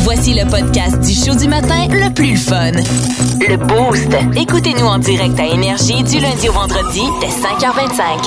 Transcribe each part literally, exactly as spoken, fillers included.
Voici le podcast du show du matin le plus le fun. Le Boost. Écoutez-nous en direct à Énergie du lundi au vendredi dès cinq heures vingt-cinq.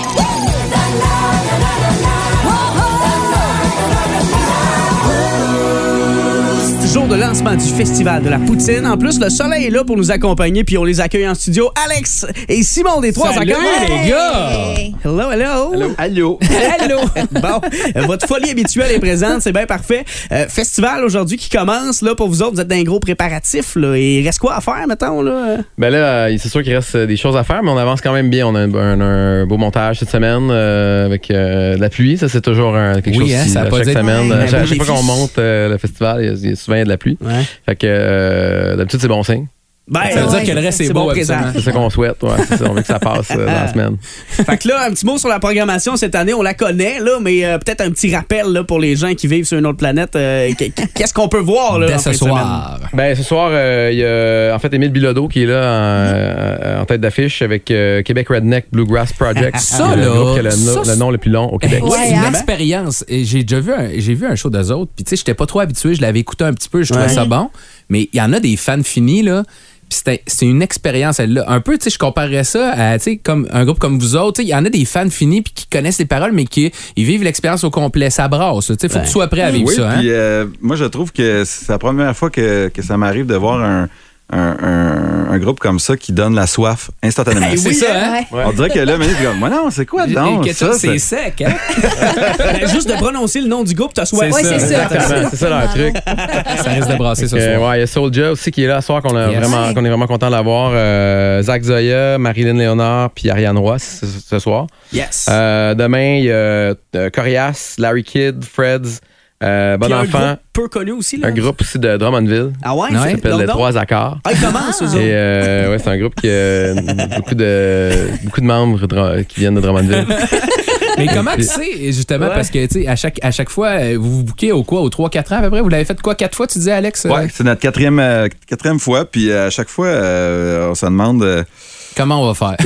Jour de lancement du Festival de la Poutine. En plus, le soleil est là pour nous accompagner, puis on les accueille en studio. Alex et Simon des Trois Salut accueils. les gars! Hello, hello. Allô. Allô. Hello. Bon, euh, votre folie habituelle est présente, c'est bien parfait. Euh, festival aujourd'hui qui commence, là, pour vous autres, vous êtes dans un gros préparatif, là. Et il reste quoi à faire, mettons, là? Ben là, c'est sûr qu'il reste des choses à faire, mais on avance quand même bien. On a un, un, un beau montage cette semaine euh, avec euh, de la pluie. Ça, c'est toujours un, quelque oui, chose hein, qui, ça a à pas chaque dit... semaine. Ouais, à chaque, beau chaque fois défi. qu'on monte euh, le festival, il y, a, il y a souvent il y a de la pluie. Ouais. Fait que euh, d'habitude, c'est bon signe. Ben, Ça veut ouais, dire que le reste, c'est c'est beau, bon présent. absolument. C'est ça qu'on souhaite. Ouais, c'est ça. On veut que ça passe euh, dans la semaine. Fait que là, un petit mot sur la programmation cette année, on la connaît, là, mais euh, peut-être un petit rappel là, pour les gens qui vivent sur une autre planète. Euh, Qu'est-ce qu'on peut voir là, Dès en ce fin de semaine? soir. Ben ce soir, euh, il y a en fait Émile Bilodeau qui est là en, euh, en tête d'affiche avec euh, Québec Redneck Bluegrass Project. Ça, le là, groupe qui a le, ça, le nom le plus long au Québec. Ouais, c'est une hein? expérience. Et J'ai déjà vu un, j'ai vu un show d'eux autres. Puis, tu sais, j'étais pas trop habitué. Je l'avais écouté un petit peu. Je trouvais Ouais. ça bon. Mais il y en a des fans finis, là. Puis c'était- c'est une expérience, elle-là. Un peu, tu sais, je comparerais ça à, tu sais, comme un groupe comme vous autres. Tu sais, il y en a des fans finis puis qui connaissent les paroles, mais qui ils vivent l'expérience au complet. Ça brasse. Tu sais, faut que tu sois prêt à vivre Oui, ça. Hein? puis euh, moi, je trouve que c'est la première fois que, que ça m'arrive de voir un, un, un, un groupe comme ça qui donne la soif instantanément. Hey, C'est oui, ça, hein? hein? Ouais. On dirait que là, mais je comme, moi non, c'est quoi donc Quelque ça? chose, c'est c'est- sec, hein? Ben, juste de prononcer le nom du groupe, t'as soif. C'est Ouais, ça. c'est ça. Exactement, c'est ça leur truc. Ça risque de brasser ce Euh, soir. ouais, il y a Soulja aussi qui est là ce soir, qu'on a Yes. vraiment, Ouais. qu'on est vraiment content d'avoir. Euh, Zach Zoya, Marilyn Léonard, puis Ariane Roy ce, ce soir. Yes. Euh, demain, il y a euh, Corias, Larry Kidd, Freds, euh, Bon Puis un Enfant, groupe peu connu aussi. Là. un groupe aussi de Drummondville Ah ouais? Ouais. qui s'appelle Donc, Les donc. Trois Accords. Ah, ils commencent, eux autres. Et euh, ouais, c'est un groupe qui a beaucoup de, beaucoup de membres dra- qui viennent de Drummondville. Mais comment que c'est, justement, Ouais. parce que, tu sais, à chaque, à chaque fois, euh, vous vous bouquez au quoi, aux trois quatre ans à peu près? Vous l'avez fait quoi, quatre fois, tu disais, Alex? Euh, Ouais, c'est notre quatrième, euh, quatrième fois, puis euh, à chaque fois, euh, on se demande. euh, Comment on va faire?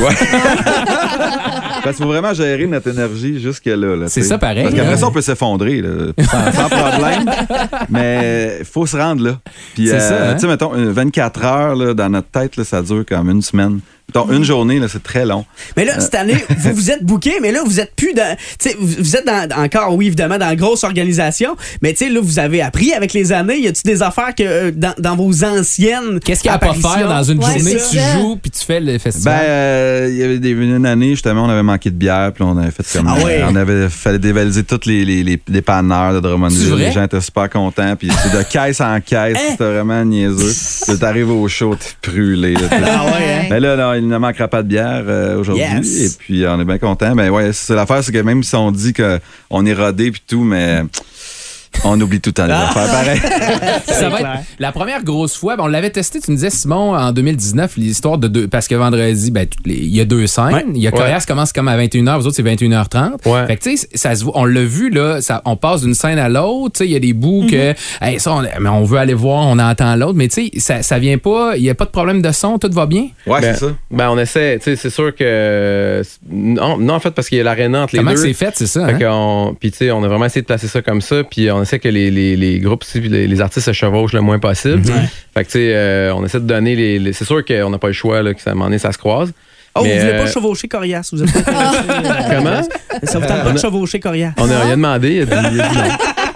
parce qu'il faut vraiment gérer notre énergie jusque-là. là, C'est tu sais. ça, pareil, Parce qu'après hein? ça, on peut s'effondrer, là, sans, sans problème. Mais il faut se rendre là. Puis, C'est ça, hein? tu sais, mettons, euh, vingt-quatre heures là, dans notre tête, là, ça dure comme une semaine. Mettons, une journée, là, c'est très long. Mais là, cette année, vous vous êtes booké, mais là, vous êtes plus dans. Tu sais, vous vous êtes dans, encore, oui, évidemment, dans la grosse organisation, mais tu sais, là, vous avez appris avec les années. Y a-tu des affaires que euh, dans, dans vos anciennes. Qu'est-ce qu'il y a à pas apparitions? faire dans une Ouais, journée c'est que tu ça. joues puis tu fais le Ben, festival? euh, il y avait des, une année, justement, on avait manqué de bière, puis on avait fait comme. Ah ouais? On avait fallait dévaliser tous les, les, les dépanneurs de C'est Drummondville. vrai? Les gens étaient super contents, puis c'est de caisse en caisse, Hein? c'était vraiment niaiseux. Puis t'arrives au show, t'es brûlé. Là, t'es- Ah ouais, hein? Ben là, non, il ne manquera pas de bière euh, aujourd'hui. Yes. Et puis, on est bien content. Ben ouais, c'est l'affaire, c'est que même si on dit qu'on est rodé puis tout, mais on oublie tout le temps les Ah. affaires. Pareil. Ça va clair. être la première grosse fois. Ben, on l'avait testé, tu me disais, Simon, en deux mille dix-neuf, l'histoire de deux. Parce que vendredi, ben, toutes les- il y a deux scènes. Ouais. Il y a Corias qui commence comme à vingt et une heures, vous autres, c'est vingt et une heures trente. Ouais. Fait que, tu sais, ça se voit- on l'a vu, là, ça, on passe d'une scène à l'autre. Tu sais, il y a des bouts que, hey, ça, on, mais on veut aller voir, on entend l'autre. Mais, tu sais, ça, ça vient pas, il n'y a pas de problème de son, tout va bien. Ouais, Ben, c'est ça. Ben, on essaie, tu sais, c'est sûr que. Non, non, en fait, parce qu'il y a l'aréna entre les Comment deux. que c'est fait, c'est ça? Fait hein? qu'on- Puis, tu sais, on a vraiment essayé de placer ça comme ça. Puis, on essaie que les, les, les groupes aussi, puis les, les artistes se chevauchent le moins possible. Fait que, tu sais, euh, on essaie de donner les. les- c'est sûr qu'on n'a pas le choix, là, que ça, à un moment donné, ça se croise. Oh, Mais, vous voulez euh, pas chevaucher Corias? Vous êtes pas intéressé, euh, Comment? Ça vous tente pas de chevaucher Corias? On a rien demandé. Il a dit, il a dit non.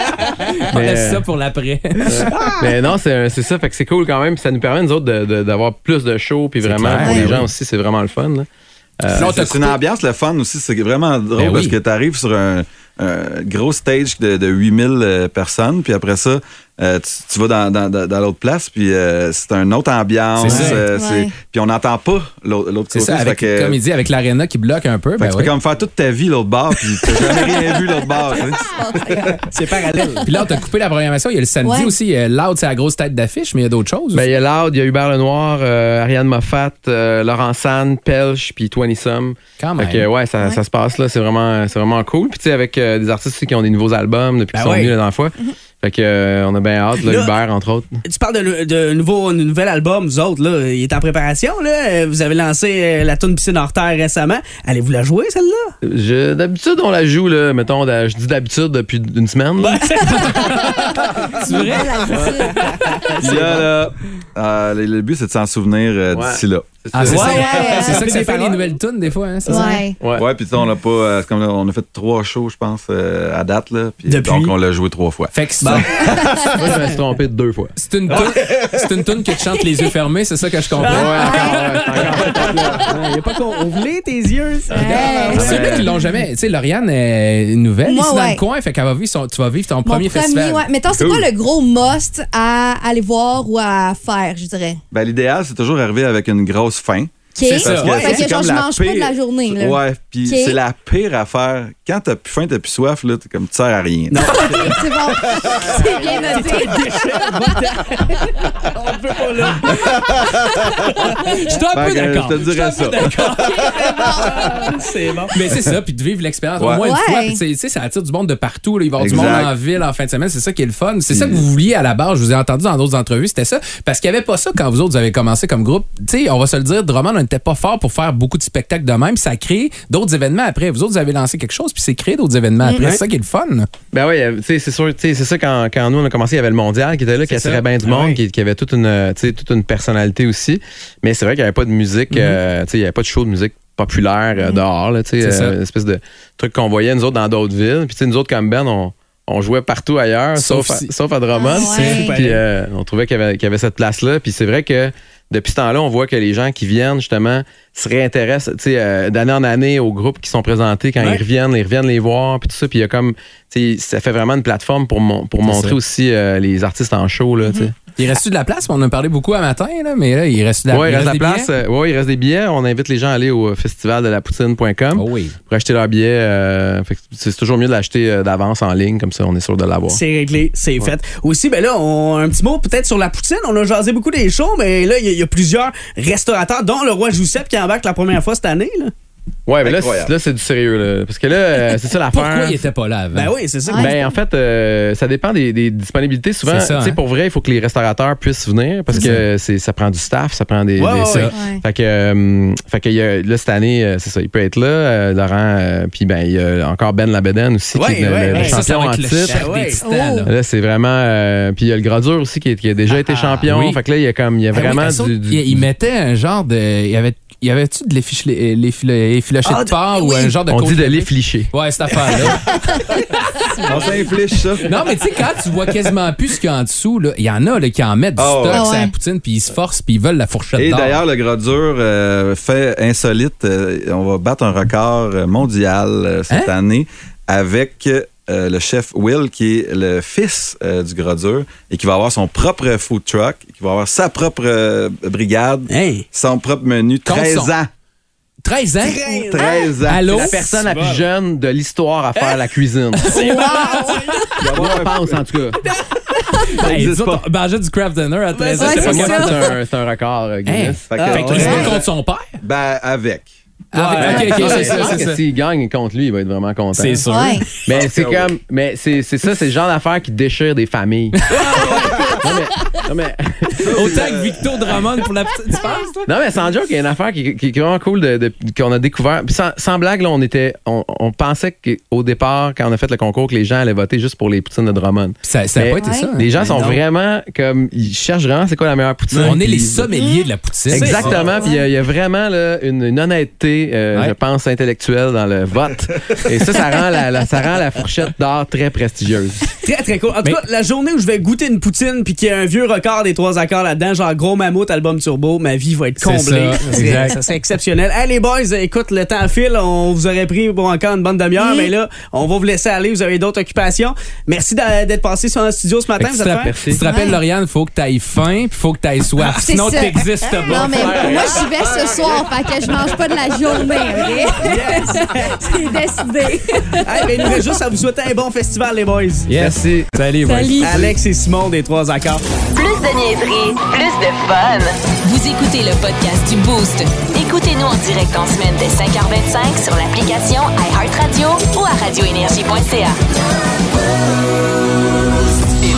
On Mais, laisse euh, ça pour l'après. Mais non, c'est un- c'est ça. Fait que c'est cool quand même. Puis ça nous permet, nous autres, de- de- d'avoir plus de shows. Puis vraiment, clair. pour les Ouais, gens oui. aussi, c'est vraiment le fun. Là. Euh, Sinon, t'as C'est une coupé- ambiance, le fun aussi. C'est vraiment drôle Ben oui. parce que tu arrives sur un, un gros stage de, de huit mille euh, personnes, puis après ça, euh, tu, tu vas dans, dans, dans- dans l'autre place, puis euh, c'est une autre ambiance. C'est ça. euh, Ouais. c'est- Puis on n'entend pas l'autre, l'autre C'est côté. ça, fait avec, que- comme il dit, avec l'aréna qui bloque un peu. fait Ben que tu oui. peux comme faire toute ta vie l'autre bord, puis t'as jamais rien vu l'autre bord. tu sais. C'est parallèle. Puis là, on t'a coupé la programmation. Il y a le samedi Ouais. aussi. euh, Loud, c'est la grosse tête d'affiche, mais il y a d'autres choses. Ben, aussi. il y a Loud, il y a Hubert Lenoir, euh, Ariane Moffat, euh, Laurent San, Pelch, puis Twenty Some. Quand même. Fait que, ouais, ça, Ouais. ça se passe là. C'est vraiment, c'est vraiment cool. Puis, tu sais, avec euh, des artistes aussi qui ont des nouveaux albums depuis Ben qu'ils sont ouais. venus la dernière fois. Fait que euh, on a bien hâte, là, Là, Hubert, entre autres. Tu parles de, de nouveau, un nouvel album, vous autres, là, il est en préparation, là. Vous avez lancé euh, la toune Piscine hors terre récemment. Allez-vous la jouer, celle-là? Je, d'habitude, on la joue, là, mettons, je dis d'habitude depuis une semaine. Là. C'est vrai? Puis là, là, euh, le, le but, c'est de s'en souvenir euh, Ouais. d'ici là. Ah, c'est Ouais, ça, ouais, c'est ça que ça des fait les paroles. nouvelles tunes, des fois, hein, c'est ça? Ouais. Ouais. Ouais, puis tu sais, on a pas. euh, c'est comme là, on a fait trois shows, je pense, euh, à date, là. Puis Depuis? donc, on l'a joué trois fois. Fait que c'est Moi, je me suis trompé deux fois. c'est une toune, c'est une toune que tu chantes les yeux fermés, c'est ça que je comprends. Il n'y a pas qu'on ouvre tes yeux. ça. Hey. Ceux-là qui l'ont jamais. Tu sais, Lauriane est nouvelle Moi, ici dans ouais. le coin, fait qu'elle va vivre son, tu vas vivre ton Mon premier festival. ouais. Mettons, c'est quoi le gros must à aller voir ou à faire, je dirais? Ben, l'idéal, c'est toujours arriver avec une grosse faim. OK? C'est ça. Parce Fait que c'est genre, comme je la mange pas de la journée, là. Ouais, puis OK. c'est la pire affaire. Quand t'as plus faim, t'as plus soif, là, t'es comme tu sers à rien. Non. C'est bon. C'est bien noté. On peut pas là. Je suis un Fait peu que, d'accord. je te dirais ça. C'est bon. Mais c'est ça, puis de vivre l'expérience au Ouais. moins une Ouais. fois. Puis tu sais, ça attire du monde de partout. Là. Il va y avoir du Exact. monde en ville en fin de semaine. C'est ça qui est le fun. C'est ça que vous vouliez à la base. Je vous ai entendu dans d'autres entrevues. C'était ça. Parce qu'il n'y avait pas ça quand vous autres vous avez commencé comme groupe. Tu sais, on va se le dire, Drummond n'était pas fort pour faire beaucoup de spectacles de même. Puis ça a créé d'autres événements après. Vous autres, vous avez lancé quelque chose, puis c'est créé d'autres événements après. Ouais. C'est ça qui est le fun. Ben oui, tu sais, c'est sûr, tu sais, c'est ça quand, quand nous on a commencé, il y avait le mondial qui était là, qui C'est attirait ça. bien du Ah monde, ouais. qui, qui avait toute une, tu sais, toute une personnalité aussi. Mais c'est vrai qu'il n'y avait pas de musique, Mm-hmm. euh, tu sais, il n'y avait pas de show de musique populaire euh, dehors, là, tu sais, C'est ça. euh, une espèce de truc qu'on voyait nous autres dans d'autres villes. Puis tu sais, nous autres comme band, on, on jouait partout ailleurs, Sauf sauf, ici. à, sauf à Drummond. Ah ouais. Puis euh, on trouvait qu'il y avait, qu'il y avait cette place-là. Puis c'est vrai que depuis ce temps-là, on voit que les gens qui viennent justement se réintéressent, tu sais, euh, d'année en année aux groupes qui sont présentés quand Ouais. ils reviennent, ils reviennent les voir, puis tout ça. Puis il y a comme, tu sais, ça fait vraiment une plateforme pour, mon- pour montrer ça. aussi euh, les artistes en show, là, tu sais. Il reste-tu de la place? On en a parlé beaucoup à matin, là, mais là, il reste de la, Ouais, il reste de la des place. billets? euh, ouais, il reste des billets. On invite les gens à aller au festival de la poutine point com Oh oui. pour acheter leurs billets. euh, fait que c'est toujours mieux de l'acheter euh, d'avance en ligne, comme ça, on est sûr de l'avoir. C'est réglé, c'est fait. Aussi, ben là, on, un petit mot peut-être sur la poutine. On a jasé beaucoup des shows, mais là, il y, a- il y a plusieurs restaurateurs, dont le Roi Giuseppe qui embarque la première fois cette année. Là. Ouais, mais là, Incroyable. c'est- là, c'est du sérieux, là. Parce que là, euh, c'est ça l'affaire. Pourquoi il était pas là avant? Ben oui, c'est ça. Ouais. Ben, en fait, euh, ça dépend des, des disponibilités. Souvent, C'est ça, tu sais, hein. pour vrai, il faut que les restaurateurs puissent venir parce C'est que c'est, ça prend du staff, ça prend des. Ouais, des- ouais, ça. ouais. Ouais. Fait que, euh, fait que il y a- là, cette année, euh, c'est ça, il peut être là, euh, Laurent. euh, Puis, ben, il y a encore Ben Labeden aussi, Ouais, qui est le, ouais, le ouais. Ça, ça champion va en être le titre. chef Ah ouais. des titans, là. Oh. Là, c'est vraiment. euh, puis, il y a le Gradure aussi qui, est- qui a déjà été Ah, champion. oui. Fait que là, il y a comme. Il y a Ah oui, vraiment elles sont- du. du- il, il mettait un genre de. Il y avait, il y avait-tu de l'effiloché Ah, de porc de- ou oui. un genre de on côte dit de levée? l'effliché. Ouais, cette affaire-là. On s'inflige ça. Non, mais tu sais, quand tu vois quasiment plus ce qu'il y a en dessous, là, il y en a là, qui en mettent du Ah stock ouais. sur Ah la ouais. poutine, puis ils se forcent, puis ils veulent la fourchette Et d'or. d'ailleurs, le Gradure euh, fait insolite. euh, on va battre un record euh, mondial euh, cette Hein? année avec euh, le chef Will, qui est le fils euh, du Gradure et qui va avoir son propre food truck, qui va avoir sa propre euh, brigade, Hey. son propre menu. Contre treize son- ans. treize ans? treize ans. Allô? La personne la plus jeune de l'histoire à faire la cuisine. Il va Nous, avoir on pense, en tout cas. Hey, existe nous autres, on mangeait du craft dinner à treize ans. Ouais, c'est pas c'est capable ça. de- C'est un, c'est un record, euh, Guinness. Hey. Fait que, Ah, Fait qu'il se ouais. bat contre son père. ben, avec. Ah, Ouais. ok, ok, Non, c'est mais ça, je pense c'est que ça. s'il gagne contre lui, il va être vraiment content. C'est sûr. Ouais. Mais c'est que oui. comme. Mais c'est c'est ça, c'est le genre d'affaire qui déchire des familles. non, mais, non, mais, Autant que Victor Drummond pour la petite. Tu penses, toi? non, mais sans joke, il y a une affaire qui, qui- qui est vraiment cool de, de- qu'on a découvert. Puis sans, sans blague, là, on était. On, on pensait qu'au départ, quand on a fait le concours, que les gens allaient voter juste pour les poutines de Drummond. Puis ça ça a Mais pas été ça. Les gens sont Non. vraiment comme. Ils cherchent vraiment c'est quoi la meilleure poutine. On est Puis- les sommeliers de la poutine. Exactement. Puis il y a- il y, a vraiment là, une, une honnêteté, euh, Ouais. je pense, intellectuelle dans le vote. Et ça, ça rend la, la- ça rend la fourchette d'or très prestigieuse. Très, très cool. En tout Mais- cas, la journée où je vais goûter une poutine puis qu'il y a un vieux record des trois accords là-dedans, genre Gros Mammouth, album turbo, ma vie va être C'est comblée. ça, serait, exact. ça serait exceptionnel. Hey, les boys, écoute, le temps file. On vous aurait pris pour encore une bonne demi-heure, Mm. mais là, on va vous laisser aller. Vous avez d'autres occupations. Merci d'a- d'être passé sur le studio ce matin. Fait que Vous tu êtes te fin? rappelles- tu te rappelles, Ouais. Lauriane, il faut que tu ailles faim puis il faut que tu ailles soif. C'est Sinon, ça. tu n'existes pas. Non, mais moi, j'y vais ce soir, fait que je mange pas de la journée, OK? C'est décidé. Hey, ben, il nous reste juste à vous souhaiter un bon festival, les boys. Yes. Merci. Salut, boys. Salut. Alex et Simon des trois accords. Plus de niaiserie, plus de fun. Vous écoutez le podcast du Boost. Écoutez-nous en direct en semaine dès cinq heures vingt-cinq sur l'application iHeartRadio ou à radioénergie point c a.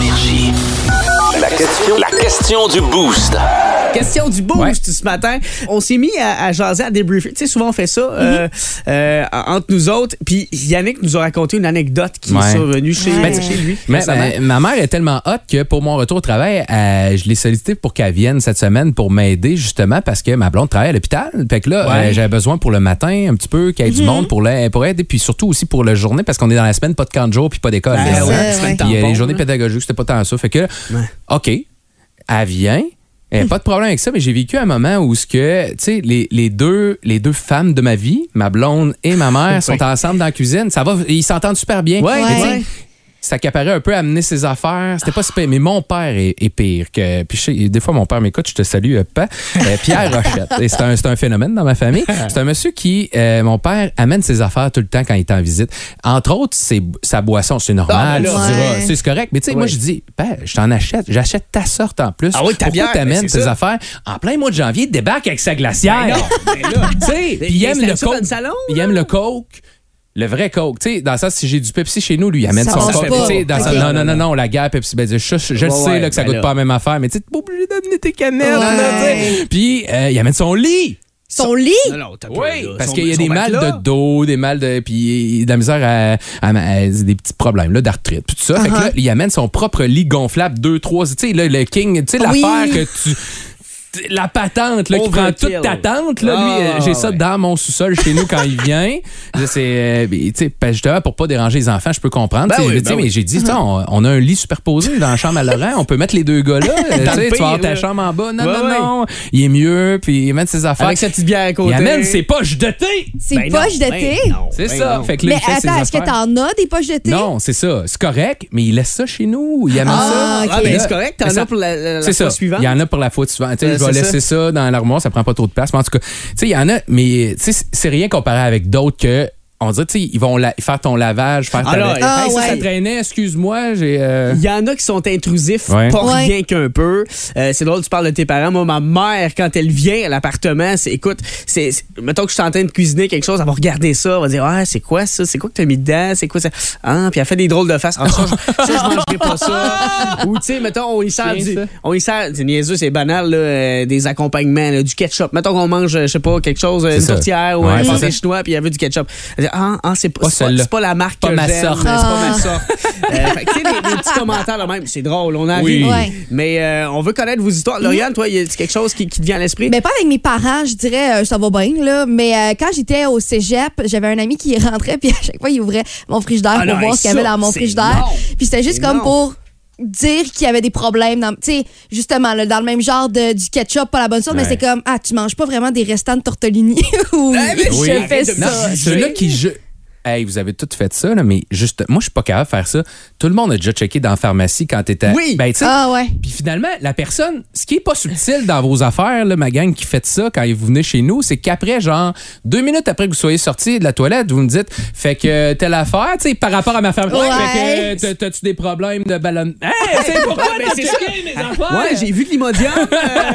question, la question du boost. Question du boost ouais. ce matin. On s'est mis à, à jaser, à débriefer. Tu sais, souvent on fait ça euh, mm-hmm. euh, entre nous autres. Puis Yannick nous a raconté une anecdote qui ouais. est survenue chez, ouais. chez lui. Mais, mais, ma mère est tellement hot que pour mon retour au travail, euh, je l'ai sollicité pour qu'elle vienne cette semaine pour m'aider justement parce que ma blonde travaille à l'hôpital. Fait que là, ouais. euh, j'avais besoin pour le matin un petit peu qu'il y ait mm-hmm. du monde pour, la, pour aider. Puis surtout aussi pour la journée parce qu'on est dans la semaine, pas de camp de jour puis pas d'école. Ben, ouais, ouais. Puis euh, les journées pédagogiques, c'était pas tant ça. Fait que, ouais. OK, elle vient. Eh, pas de problème avec ça, mais j'ai vécu un moment où ce que, tu sais, les, les, deux, les deux femmes de ma vie, ma blonde et ma mère, sont ensemble dans la cuisine. Ça va, ils s'entendent super bien. Ouais, mais ouais. Ça accaparait un peu à amener ses affaires. C'était pas super, mais mon père est, est pire. Que, puis je, des fois, mon père m'écoute, je te salue, euh, pas. Euh, Pierre Rochette. Et c'est un, c'est un phénomène dans ma famille. C'est un monsieur qui, euh, mon père, amène ses affaires tout le temps quand il est en visite. Entre autres, c'est sa boisson, c'est normal. Ah, là, tu diras, c'est, c'est correct. Mais tu sais, ouais. moi, je dis, ben, je t'en achète. J'achète ta sorte en plus. Ah oui, ta Pourquoi bière, t'amènes tes ça. affaires? En plein mois de janvier, débarque avec sa glacière. Ben non, ben là. Tu sais, puis il aime le coke. Salon, il aime le coke. Le vrai Coke, tu sais, dans ça, si j'ai du Pepsi chez nous, lui, il amène ça son Coke. Dans okay. Non, non, non, non, la guerre Pepsi, ben, je, je, je le ouais, sais ouais, là, que ça ben goûte là. pas la même affaire, mais tu sais, t'es pas obligé d'amener tes canettes, ouais. là, tu sais. Puis, euh, il amène son lit. Son lit? Non, non, t'as oui, peur, parce son, qu'il y a des mal matelas. de dos, des mal de. Puis de la misère à, à, à, à des petits problèmes là, d'arthrite, tout ça. Uh-huh. Fait que là, il amène son propre lit gonflable, deux, trois. Tu sais, là, le King, tu sais, oui. l'affaire que tu. La patente, là, qui prend toute ta tente, là, lui, oh, j'ai ça ouais. dans mon sous-sol chez nous quand il vient. C'est, euh, tu sais, justement, pour pas déranger les enfants, je peux comprendre. Ben oui, je ben dis, oui. Mais j'ai dit, on, on a un lit superposé dans la chambre à Laurent, on peut mettre les deux gars là. Tu vas avoir ta chambre en bas. Non, ouais, non, ouais. non. Il est mieux, puis il amène ses affaires. Avec sa petite bière à côté. Il amène ses poches de thé. Ses ben poches non, de ben thé? non, c'est ben ça. non. Fait que là, mais il fait attends, est-ce que t'en as des poches de thé? Non, c'est ça. C'est correct, mais il laisse ça chez nous. Il amène ah, ça. Okay. Ah, ben c'est correct. T'en as pour la, la, la fois ça. suivante. Il y en a pour la fois suivante. Je vais laisser ça. ça dans l'armoire, ça prend pas trop de place. Mais en tout cas, tu sais, il y en a, mais c'est rien comparé avec d'autres que. On dirait, tu sais, ils vont la, faire ton lavage, faire ta... Alors, ah, hey, ça, ouais. ça traînait, excuse-moi, j'ai... Euh... Il y en a qui sont intrusifs, ouais. pas ouais. rien qu'un peu. Euh, c'est drôle, tu parles de tes parents. Moi, ma mère, quand elle vient à l'appartement, c'est, écoute, c'est, c'est, mettons que je suis en train de cuisiner quelque chose, elle va regarder ça, elle va dire, ah, c'est quoi ça? C'est quoi que t'as mis dedans? C'est quoi ça? Ah, puis elle fait des drôles de faces. Ah, ça, je, ça, je mangerai pas ça. Ou, tu sais, mettons, on y sert du, on y sert, c'est niaiseux, c'est banal, là, euh, des accompagnements, là, du ketchup. Mettons qu'on mange, je sais pas, quelque chose, une ça. tourtière ou ouais, un pâté chinois, puis il y avait du ketchup. Elle dit, ah, ah, c'est pas, c'est pas, c'est pas la marque pas que ma j'aime. sorte. C'est pas ma sorte. euh, fait que, tu sais, des, des petits commentaires, là, même, c'est drôle, on a oui. envie. Ouais. Mais euh, on veut connaître vos histoires. Lauriane, toi, y a quelque chose qui, qui te vient à l'esprit? Mais pas avec mes parents, je dirais, euh, ça va bien, là. Mais euh, quand j'étais au cégep, j'avais un ami qui rentrait, puis à chaque fois, il ouvrait mon frigidaire ah pour non, voir ce qu'il y avait dans mon frigidaire. Puis c'était juste comme non. pour dire qu'il y avait des problèmes dans, tu sais, justement là, dans le même genre de du ketchup pas la bonne sorte, ouais. mais c'est comme ah tu manges pas vraiment des restants de tortellini ou hey, mais je oui, fais ça. Non, ceux-là qui je Hey, vous avez tous fait ça, là, mais juste, moi, je suis pas capable de faire ça. Tout le monde a déjà checké dans la pharmacie quand t'étais. Oui. Ben, tu sais. Ah, ouais. Puis finalement, la personne, ce qui est pas subtil dans vos affaires, là, ma gang qui fait ça quand vous venez chez nous, c'est qu'après, genre, deux minutes après que vous soyez sortis de la toilette, vous me dites, fait que telle affaire, tu sais, par rapport à ma femme, ouais. fait que t'as-tu des problèmes de ballon? Hey, tu sais, pourquoi ben, t'as c'est checké mes affaires? Ouais, j'ai vu de l'imodium. Euh...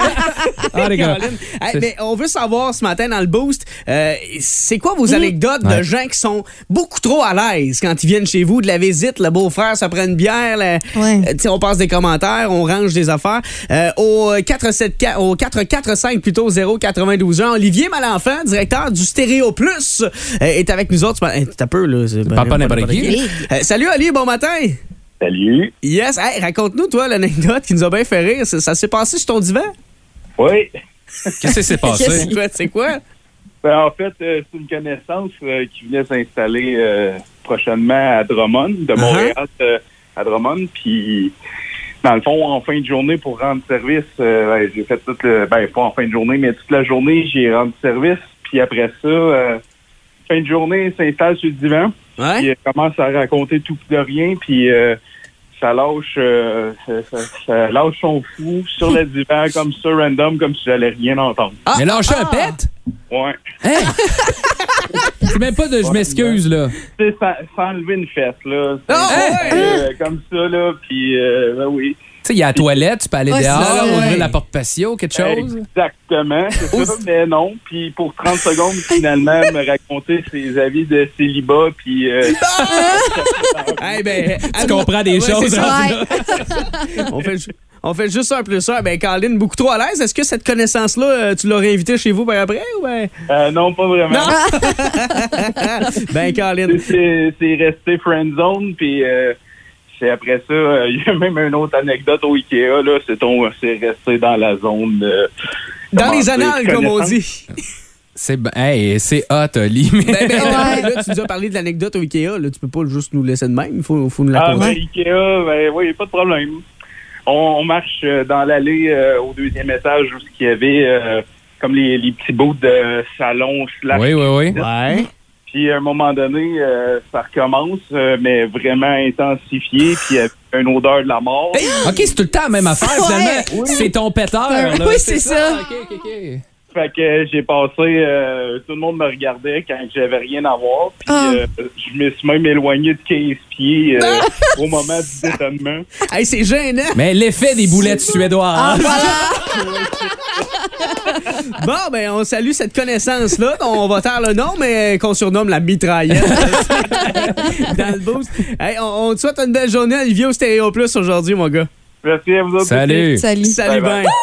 ah, les gars. Hey, mais on veut savoir ce matin dans le boost, euh, c'est quoi vos anecdotes ouais. de gens qui sont beaucoup trop à l'aise quand ils viennent chez vous de la visite, le beau-frère se prend une bière, là, ouais. euh, on passe des commentaires, on range des affaires. Euh, au quatre sept quatre, au quatre quatre cinq plutôt zéro quatre-vingt-douze ans, Olivier Malenfant, directeur du Stéréo Plus, euh, est avec nous autres. Hey, t'as peu là. C'est pas pas n'importe qui. Euh, salut Olivier, bon matin. Salut. Yes, hey, raconte-nous toi l'anecdote qui nous a bien fait rire. Ça, ça s'est passé sur ton divan? Oui. Qu'est-ce qui s'est passé? C'est quoi? C'est quoi? Ben, en fait, euh, c'est une connaissance euh, qui venait s'installer euh, prochainement à Drummond, de Montréal uh-huh. euh, à Drummond. Puis, dans le fond, en fin de journée, pour rendre service, euh, ben, j'ai fait toute le... Ben, pas en fin de journée, mais toute la journée, j'ai rendu service. Puis après ça, euh, fin de journée, il s'installe sur le divan. Ouais. Puis, il commence à raconter tout de rien. Puis, euh, ça lâche euh, ça, ça, ça lâche son fou sur le divan, comme ça, random, comme si j'allais rien entendre. Ah, mais lâcher ah. un pet? Ouais. Hein? C'est même pas de je m'excuse, là. C'est sans, sans enlever une fesse, là. Oh, ouais. euh, comme ça, là. Puis, euh, ben oui. sais, il y a la toilette, tu peux aller Ouais, dehors, c'est ça, ouvrir ouais. la porte patio, quelque chose. Exactement, c'est ça, mais non. Puis pour trente secondes, finalement, me raconter ses avis de célibat, puis... Euh, Eh ben, Tu comprends des ouais, choses. c'est ça. Ouais. on, fait, ju- on fait juste un plus un. Ben, Caroline, beaucoup trop à l'aise. Est-ce que cette connaissance-là, euh, tu l'aurais invitée chez vous par après? Ou ben... euh, non, pas vraiment. ben, Caroline. C'est c'est resté friend zone, puis euh, c'est après ça, euh, il y a même une autre anecdote au Ikea, là, c'est ton- c'est resté dans la zone de... Dans comment les dire, annales, comme on connaissance. dit. C'est ben, hey, c'est hot, Oli. mais- Ben, ben, Ouais. là, tu nous as parlé de l'anecdote au Ikea. Là, tu peux pas juste nous laisser de même. Il faut, faut nous la Ah, conter. ben, Ikea, ben oui, pas de problème. On, on marche euh, dans l'allée euh, au deuxième étage où il y avait euh, comme les, les petits bouts de salon slash. Oui, oui, oui. Ouais. Puis à un moment donné, euh, ça recommence, euh, mais vraiment intensifié, puis il y a une odeur de la mort. OK, c'est tout le temps la même affaire, Ouais. finalement. C'est ton péteur. Ouais, là. oui, c'est ça. OK, OK, OK. Fait que euh, j'ai passé, euh, tout le monde me regardait quand j'avais rien à voir. Puis Ah. euh, je me suis même éloigné de quinze pieds euh, au moment du détonnement. Hey, c'est gênant. Mais l'effet des boulettes suédoises. Ah, hein? voilà. Bon, ben, on salue cette connaissance-là. On va taire le nom, mais qu'on surnomme la mitraillette. Dans le boost. Hey, on, on te souhaite une belle journée, Olivier, au Stéréo Plus aujourd'hui, mon gars. Merci à vous autres. Salut. Salut. Salut, Bye, bye. ben.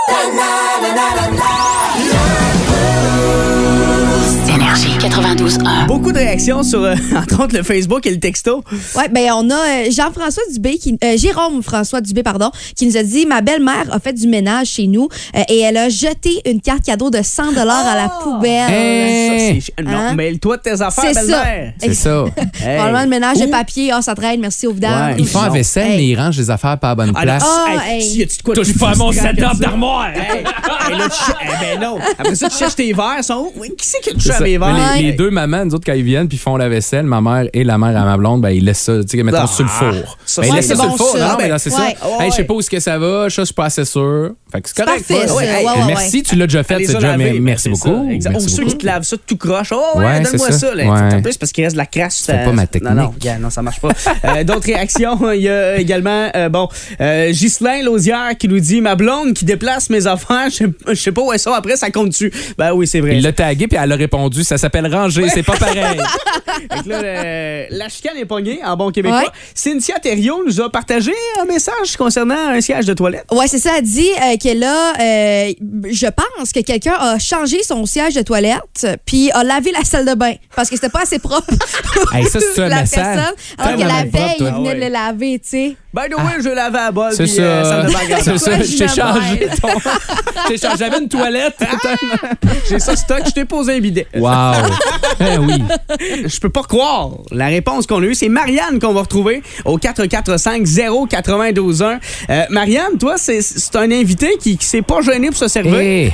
Énergie quatre-vingt-douze un. Beaucoup de réactions sur, euh, entre autres, le Facebook et le texto. Ouais, ben on a euh, Jean-François Dubé, qui, euh, Jérôme François Dubé, pardon, qui nous a dit ma belle-mère a fait du ménage chez nous euh, et elle a jeté une carte cadeau de cent dollars à la poubelle. Hey. Ça, c'est- non, Hein? mais toi de tes affaires, C'est ça. belle-mère. C'est ça. Hey. Probablement le ménage de Ou- papier, ah, ça traîne, merci au vidange. Ouais. Ils font la vaisselle, Hey. mais ils rangent les affaires pas à bonne Ah, là, place. Ah, hey, hey. si, y a-tu de quoi de Touche plus pas à mon frustrant que setup ça? d'armoire. Hey, hey, là, tu ch- eh ben non. Après ça, tu cherches tes verres. Sont où? Oui, qui c'est qui a touché C'est à ça. mes verres? Mais les, les Hey. deux mamans, nous autres, quand ils viennent puis font la vaisselle, ma mère et la mère à ma blonde, ben, ils laissent ça, tu sais, mettons, Ah, sur le four. ça, Ben, ils c'est laissent ça bon, sur le four. ça. Non, non, mais Ben, là, c'est ouais. ça. Ouais, Hey, je sais ouais. pas où est-ce que ça va, ça, je suis pas assez sûr. Fait que c'est C'est correct. parfait, ça. ouais, Ouais, hey, ouais, ouais. Merci, tu l'as déjà fait, Les c'est a déjà. lavés, mais Merci ben, c'est beaucoup. ça, exact. Merci Ou ceux beaucoup. qui te lavent ça tout croche. Oh, ouais, Ouais, donne-moi c'est ça. ça. là. Ouais. En plus, parce qu'il reste de la crasse. C'est pas ma technique. Non, non, yeah, non, ça marche pas. Euh, D'autres réactions. Il y a également, euh, bon, euh, Ghislain Lausière qui nous dit ma blonde qui déplace mes affaires, je sais- je sais pas où elles sont. Après, ça compte dessus. Ben oui, c'est vrai. Il l'a tagué puis elle a répondu, ça s'appelle ranger, c'est pas pareil. Fait que là, le- la chicane est pognée en bon québécois. Ouais. Cynthia Thériault nous a partagé un message concernant un siège de toilette. Ouais, c'est ça. Elle dit euh, que là, euh, je pense que quelqu'un a changé son siège de toilette puis a lavé la salle de bain parce que c'était pas assez propre. Hey, ça, c'est un la message. personne. Alors que Tellement la propre, veille, toi. il venait Ah ouais. de le laver, tu sais. By the way, je l'avais à bol. C'est puis, ça. euh, salle de bain grande. C'est ça. Pourquoi Je je t'ai me changé mêle? ton. J'ai changé. J'avais une toilette. J'ai ça stock, je t'ai posé un bidet. Wow. Ben oui. Je peux pas croire. La réponse qu'on a eue, c'est Marianne qu'on va retrouver au quatre quatre cinq zéro neuf deux un. Euh, Marianne, toi, c'est, c'est un invité qui, qui s'est pas gêné pour se servir. Hey.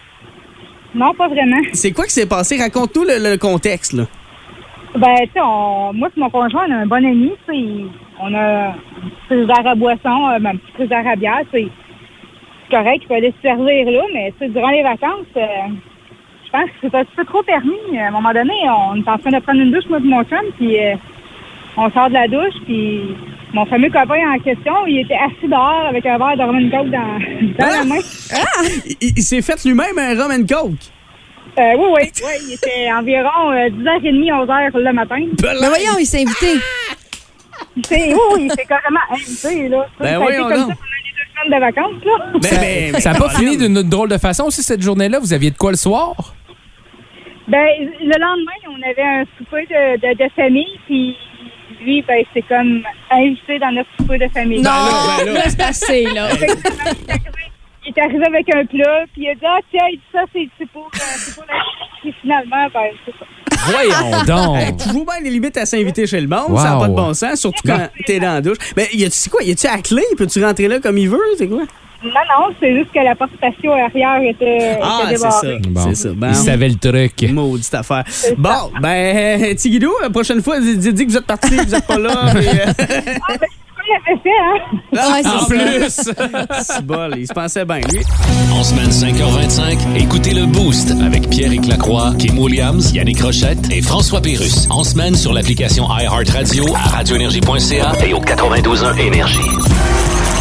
Non, pas vraiment. C'est quoi qui s'est passé? Raconte-nous le, le contexte, là. Ben, tu sais, on- moi et mon conjoint, on a un bon ami, tu sais. On a un petit frigidaire à boisson, euh, ben, un petit frigidaire à bière, tu sais. C'est correct, il peut aller se servir là, mais tu sais, durant les vacances, euh, je pense que c'est un petit peu trop permis. À un moment donné, on est en train de prendre une douche, moi et mon chum, puis euh, on sort de la douche, puis mon fameux copain en question, il était assis dehors avec un verre de rum and coke dans, dans la main. Il, il- il s'est fait lui-même un rum and coke. Euh, oui, oui, oui, il était environ euh, dix heures trente, onze heures le matin. Mais voyons, il s'est invité. Il s'est- oui, oui, il s'est carrément invité, là. Ben ça a été voyons comme donc. ça pendant les deux semaines de vacances, là. Ben, ben, ben, Ça n'a pas Caroline. fini d'une drôle de façon aussi cette journée-là. Vous aviez de quoi le soir? Ben, le lendemain, on avait un souper de, de, de famille, puis lui, ben, c'est comme invité dans notre souper de famille. Non, ben là. là, c'est assez, là. Fait que, il est arrivé- il est arrivé avec un plat, puis il a dit, ah, tiens, ça, c'est c'est pour, euh, c'est pour la... Puis finalement, ben, c'est ça. Voyons donc. Hey, toujours bien les limites à s'inviter chez le monde, Wow. ça n'a pas de bon sens, surtout quand t'es dans la douche. Mais y a-tu c'est quoi? Y a-tu à clé? Peux-tu rentrer là comme il veut? C'est quoi? Non, non, c'est juste que la porte patio arrière était, Ah, était c'est ça. débarrée. Bon. C'est ça. Bon. Il savait le truc. Maudite affaire. Bon, ben, Tigidou, la prochaine fois, dites dis que vous êtes parti, que vous n'êtes pas là. puis, euh, Ah, ben, c'est comme il avait fait, hein? Ouais, c'est En ça. plus. c'est bol, il se pensait bien, lui. En semaine cinq heures vingt-cinq, écoutez le Boost avec Pierre-Éric Lacroix, Kim Williams, Yannick Rochette et François Pérusse. En semaine sur l'application iHeartRadio à radio énergie point c a et au quatre-vingt-douze point un Énergie.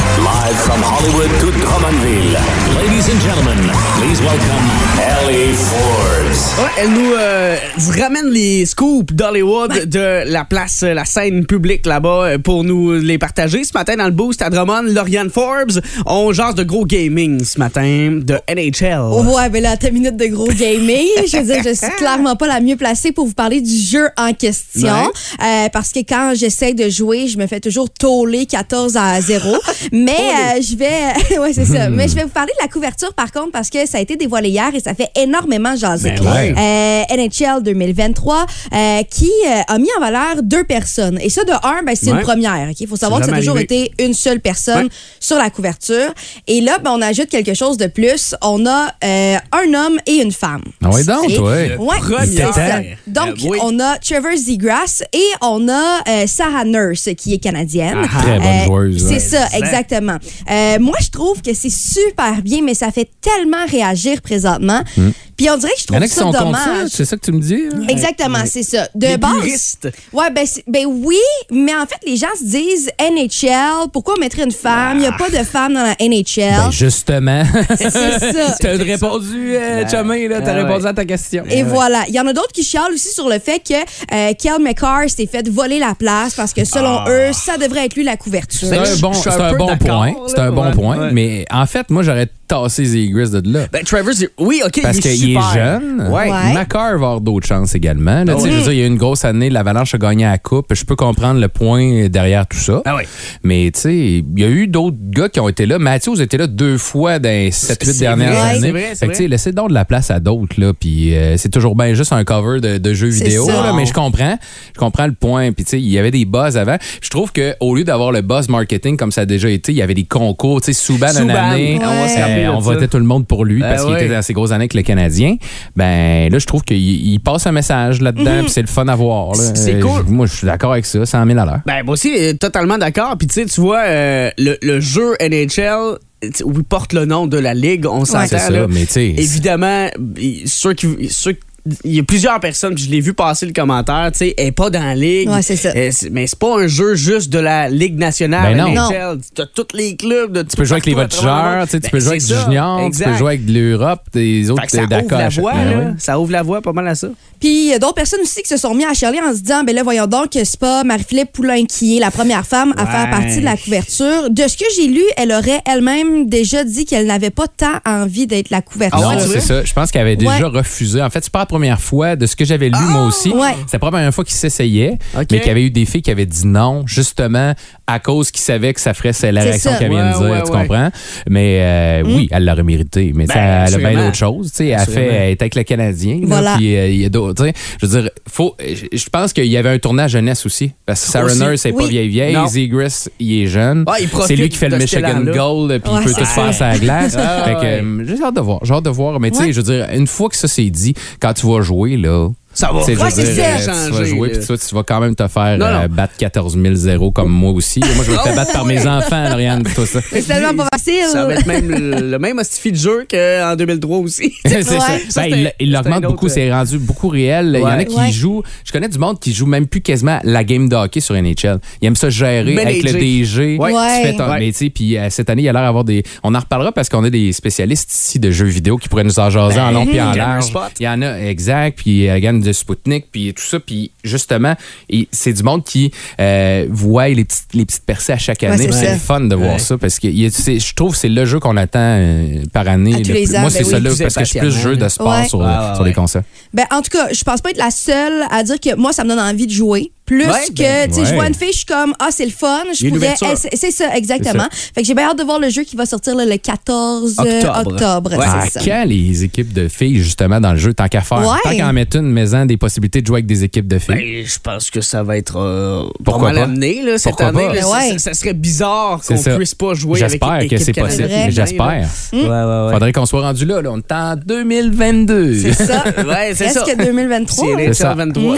Live from Hollywood to Drummondville. Ladies and gentlemen, please welcome Ellie Forbes. Ouais, elle nous euh, ramène les scoops d'Hollywood ouais. de la place, la scène publique là-bas pour nous les partager. Ce matin, dans le boost à Drummond, Lauriane Forbes, on jase de gros gaming ce matin, de N H L. Ouais, ben là, ta minute de gros gaming. Je veux dire, je suis clairement pas la mieux placée pour vous parler du jeu en question. Ouais. Euh, parce que quand j'essaie de jouer, je me fais toujours tauler quatorze à zéro. Mais euh, je vais... ouais, c'est ça. Mais je vais vous parler de la couverture, par contre, parce que ça a été dévoilé hier et ça fait énormément jaser. Ben ouais. euh, N H L deux mille vingt-trois, euh, qui euh, a mis en valeur deux personnes. Et ça, de un, ben, c'est ouais. une première. Il okay? faut savoir que ça a toujours arrivé. été une seule personne ouais. sur la couverture. Et là, ben, on ajoute quelque chose de plus. On a euh, un homme et une femme. Ah oui, donc, oui. Ouais, c'est ça. Donc, euh, oui. on a Trevor Zegras et on a euh, Sarah Nurse, qui est canadienne. Ah, très bonne joueuse. Euh, c'est ouais. ça, exactement. Euh, moi, je trouve que c'est super bien, mais ça fait tellement réagir présentement. Mm. Puis on dirait que je trouve ça dommage. C'est ça que tu me dis? Hein? Exactement, c'est ça. De les base. Puristes. Ouais, ben, ben oui, mais en fait, les gens se disent N H L, pourquoi on mettrait une femme? Il ah. n'y a pas de femme dans la N H L. Ben justement. C'est ça. Tu as répondu, euh, ben, Chummy, là, tu as ah, répondu ouais. à ta question. Et ben, voilà. Il y en a d'autres qui chialent aussi sur le fait que euh, Kel McCarr s'est fait voler la place parce que selon ah. eux, ça devrait être lui la couverture. C'est un bon, c'est un un bon point. C'est un bon ouais, point. Ouais. Mais en fait, moi, j'aurais tassé Zegras de là. Ben, Trevor, oui, OK, parce il est qu'il super. est jeune. Ouais. Ouais. McCarr va avoir d'autres chances également. Là, ah oui. Je veux dire, il y a eu une grosse année, l'Avalanche a gagné la Coupe. Je peux comprendre le point derrière tout ça. Ah oui. Mais tu sais, il y a eu d'autres gars qui ont été là. Matthews était là deux fois dans les sept huit dernières vrai, années. C'est vrai, c'est fait que, laissez donc de la place à d'autres. Là, puis euh, c'est toujours bien juste un cover de, de jeux vidéo. Là, mais je comprends. Je comprends le point. Puis tu sais, il y avait des buzz avant. Je trouve qu'au lieu d'avoir le buzz marketing comme ça a déjà été, il y avait des concours. Tu sais, Subban une année, ouais. euh, on votait tout le monde pour lui ben parce ouais. qu'il était dans ses grosses années avec le Canadien. Ben là, je trouve qu'il il passe un message là-dedans, mm-hmm. puis c'est le fun à voir. Là. C'est euh, cool. Moi, je suis d'accord avec ça, cent mille à l'heure. Ben, moi aussi, totalement d'accord. Puis tu sais, tu vois, euh, le, le jeu N H L, où il porte le nom de la Ligue, on s'entend. Ouais, c'est ça, là. mais tu sais. Évidemment, ceux qui. Ceux il y a plusieurs personnes, puis je l'ai vu passer le commentaire, tu sais, elle n'est pas dans la Ligue. Ouais, c'est ça. Euh, c'est, mais c'est pas un jeu juste de la Ligue nationale. Ben non. N H L. Tu as tous les clubs. De, tu peux jouer avec les voltigeurs, tu ben, peux jouer avec du junior, exact. Tu peux jouer avec de l'Europe, des autres ça d'accord. Ouvre la voie, ben, là. Oui. Ça ouvre la voie pas mal à ça. Puis il y a d'autres personnes aussi qui se sont mis à chialer en se disant, ben là, voyons donc que c'est pas Marie-Philippe Poulain qui est la première femme à ouais. faire partie de la couverture. De ce que j'ai lu, elle aurait elle-même déjà dit qu'elle n'avait pas tant envie d'être la couverture. Non, c'est ça. Je pense qu'elle avait déjà ouais. refusé. En fait, c'est pas la première fois de ce que j'avais lu oh, moi aussi. Ouais. C'était pas la première fois qu'il s'essayait, okay. mais qu'il y avait eu des filles qui avaient dit non, justement, à cause qu'ils savaient que ça ferait c'est la réaction qu'elle vient de dire, ouais, tu ouais. comprends? Mais euh, mm. oui, elle l'aurait mérité. Mais ben, ça, elle a bien d'autres choses. Elle a fait, elle est avec le Canadien. Voilà. Là, puis, euh, il y a d'autres. Je veux dire, faut, je pense qu'il y avait un tournage jeunesse aussi. Parce que Sarah Nurse, c'est oui. pas vieille vieille. Zegras, il est jeune. Ah, il c'est lui qui fait le Michigan Gold, puis ouais, il peut tout faire sur la glace. Ah, fait que, euh, j'ai hâte de voir. J'ai hâte de voir. Mais tu sais, je veux dire, une fois que ça c'est dit, quand tu vas jouer, là. Ça va. Ouais, c'est dire, ça. Euh, tu vas jouer, puis tu, tu vas quand même te faire non, non. Euh, battre quatorze mille zéro comme moi aussi. Moi, je me fais battre par mes enfants, Lauriane, tout ça. C'est tellement pas facile. Ça va être même le, le même hostifie de jeu qu'en deux mille trois aussi. c'est ouais. ça. ça ben, il il l'augmente beaucoup, euh... c'est rendu beaucoup réel. Ouais. Il y en a qui ouais. jouent. Je connais du monde qui joue même plus quasiment la game de hockey sur N H L. Ils aiment ça gérer Manager. Avec le D G. Ouais. Tu fais ton, ouais. Mais tu sais, puis euh, cette année, il y a l'air d'avoir des. On en reparlera parce qu'on a des spécialistes ici de jeux vidéo qui pourraient nous en jaser ben, en long puis en large. Il y en a, exact. Puis euh, Gagne de Sputnik, puis tout ça. Puis justement, et c'est du monde qui euh, voit les petites, les petites percées à chaque année. Ouais, c'est, c'est le fun de voir ouais. ça parce que y a, je trouve que c'est le jeu qu'on attend euh, par année. À tous les ans, moi, ben c'est oui, ça là parce que je suis plus jeu de sport ouais. sur, ah, sur ouais. les consoles. Ben, en tout cas, je pense pas être la seule à dire que moi, ça me donne envie de jouer. Plus ouais, que, ben, tu sais, ouais. je vois une fille, je suis comme, ah, c'est le fun. Je pourrais. C'est, c'est ça, exactement. C'est ça. Fait que j'ai bien hâte de voir le jeu qui va sortir là, le quatorze octobre. Ouais. À ça. Quand les équipes de filles, justement, dans le jeu, tant qu'à faire, ouais. tant qu'à en mettre une maison, des possibilités de jouer avec des équipes de filles? Ben, je pense que ça va être euh, pas mal amené là, cette Pourquoi année. Là, ouais. ça, ça serait bizarre qu'on ne puisse pas jouer J'espère avec que c'est possible. J'espère. Il ouais, ouais, ouais. Faudrait qu'on soit rendu là, là. On est en deux mille vingt-deux. C'est ça. Ouais, c'est Est-ce ça. que deux mille vingt-trois? C'est ça. vingt-trois.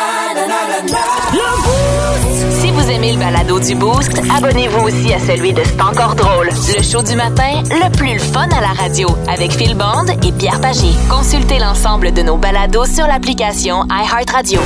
Si vous aimez le balado du Boost, abonnez-vous aussi à celui de C'est encore drôle. Le show du matin, le plus le fun à la radio, avec Phil Bond et Pierre Pagé. Consultez l'ensemble de nos balados sur l'application iHeartRadio.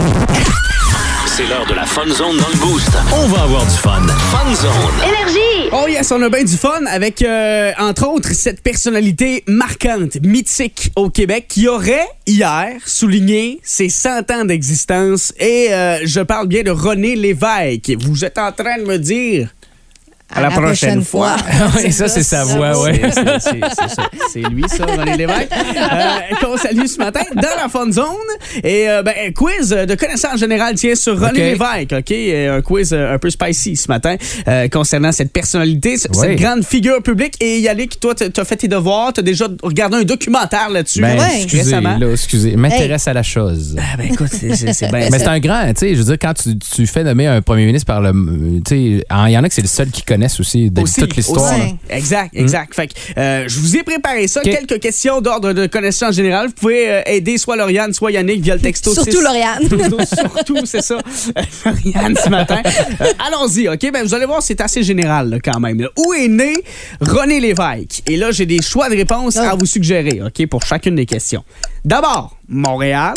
C'est l'heure de la Fun Zone dans le Boost. On va avoir du fun. Fun Zone. Énergie. Oh yes, on a bien du fun avec, euh, entre autres, cette personnalité marquante, mythique au Québec qui aurait, hier, souligné ses cent ans d'existence. Et euh, je parle bien de René Lévesque. Vous êtes en train de me dire... À, à la, la prochaine, prochaine fois. fois. Oui, ça, c'est sa voix, oui. C'est lui, ça, René Lévesque. Euh, qu'on salue ce matin dans la Fun Zone. Et euh, ben, un quiz de connaissances générales tient sur René okay. Lévesque. OK? Un quiz un peu spicy ce matin euh, concernant cette personnalité, cette oui. grande figure publique. Et Yannick, toi, t'as fait tes devoirs. T'as déjà regardé un documentaire là-dessus ben, ouais. excusez, récemment. Là, excusez, m'intéresse hey. à la chose. Ah, ben écoute, c'est bien. Mais c'est un grand, tu sais, je veux dire, quand tu, tu fais nommer un premier ministre par le... Tu sais, il y en a que c'est le seul qui connaissent aussi de aussi, toute l'histoire. Exact, exact. Mmh. Fait que euh, je vous ai préparé ça. Okay. Quelques questions d'ordre de connaissance générale. Vous pouvez euh, aider soit Lauriane, soit Yannick via le texto. Surtout Lauriane. Surtout, c'est ça. Lauriane ce matin. Euh, allons-y, OK? Ben, vous allez voir, c'est assez général là, quand même. Là. Où est né René Lévesque? Et là, j'ai des choix de réponses oh. à vous suggérer, OK? Pour chacune des questions. D'abord, Montréal,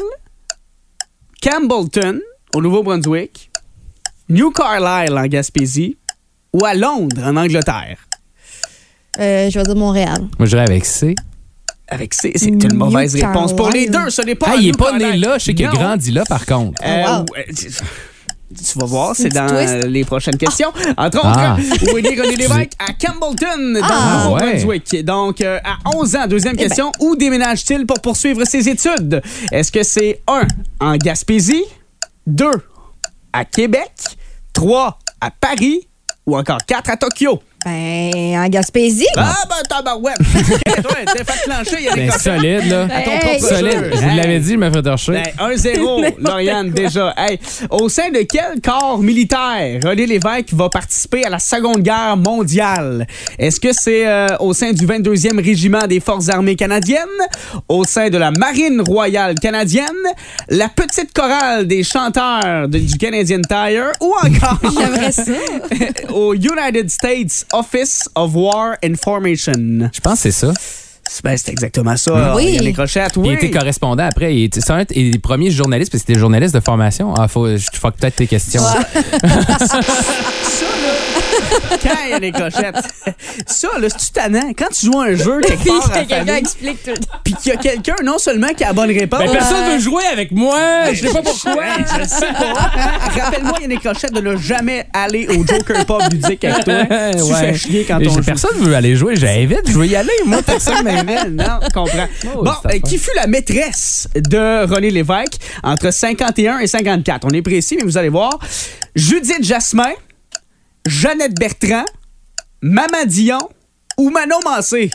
Campbellton, au Nouveau-Brunswick, New Carlisle, en Gaspésie, ou à Londres, en Angleterre? Euh, je vais dire Montréal. Moi, je dirais avec C. Avec C, c'est une mauvaise New réponse. Carlisle. Pour les deux, ce n'est pas... Ah, il n'est pas né là. Je sais qu'il a grandi là, par contre. Euh, oh, wow. Tu vas voir, c'est dans twist. les prochaines questions. Ah. Entre autres, ah. où est né René Lévesque? À Campbellton, dans ah. le Nouveau-Brunswick. Ouais. Donc, euh, à onze ans, deuxième eh question, ben. où déménage-t-il pour poursuivre ses études? Est-ce que c'est un en Gaspésie, deux à Québec, trois à Paris, ou encore quatre à Tokyo? Ben, en Gaspésie. Ah, ben, tabarouette. Toi, t'es fait plancher, il y a des ben, solide, là. À ton hey. propre solide. Je vous l'avais dit, je me ferais torcher. Ben, un zéro, Lauriane, déjà. Hey, au sein de quel corps militaire René Lévesque va participer à la Seconde Guerre mondiale? Est-ce que c'est euh, au sein du vingt-deuxième Régiment des Forces armées canadiennes, au sein de la Marine royale canadienne, la petite chorale des chanteurs de, du Canadian Tire, ou encore J'aimerais ça. au United States Office of War Information? Je pense que c'est ça. Ben, c'est exactement ça. Oui. Il y a les crochettes, oui. Il était correspondant après. Il était, c'est un des premiers journalistes, parce que c'était journaliste de formation. Ah, faut, je fuck peut-être tes questions. Ouais. ça, là, quand il y a les crochettes, ça, là, c'est-tu tannant? Quand tu joues un jeu quelque part à la famille, explique tout. Puis qu'il y a quelqu'un, non seulement qui a la bonne réponse... Ben, personne ne veut jouer avec moi! Je sais pas pourquoi! Je sais pas. Rappelle-moi, il y a des crochettes de ne jamais aller au Joker Pop ludique avec toi. Tu ouais. fais chier quand on joue. Personne ne veut aller jouer. J'invite, je veux y aller. Moi, personne m'invite. Non, je comprends. Oh, bon, euh, qui fut la maîtresse de René Lévesque entre cinquante et un et cinquante-quatre? On est précis, mais vous allez voir. Judith Jasmin, Jeannette Bertrand, Maman Dion ou Manon Mancé?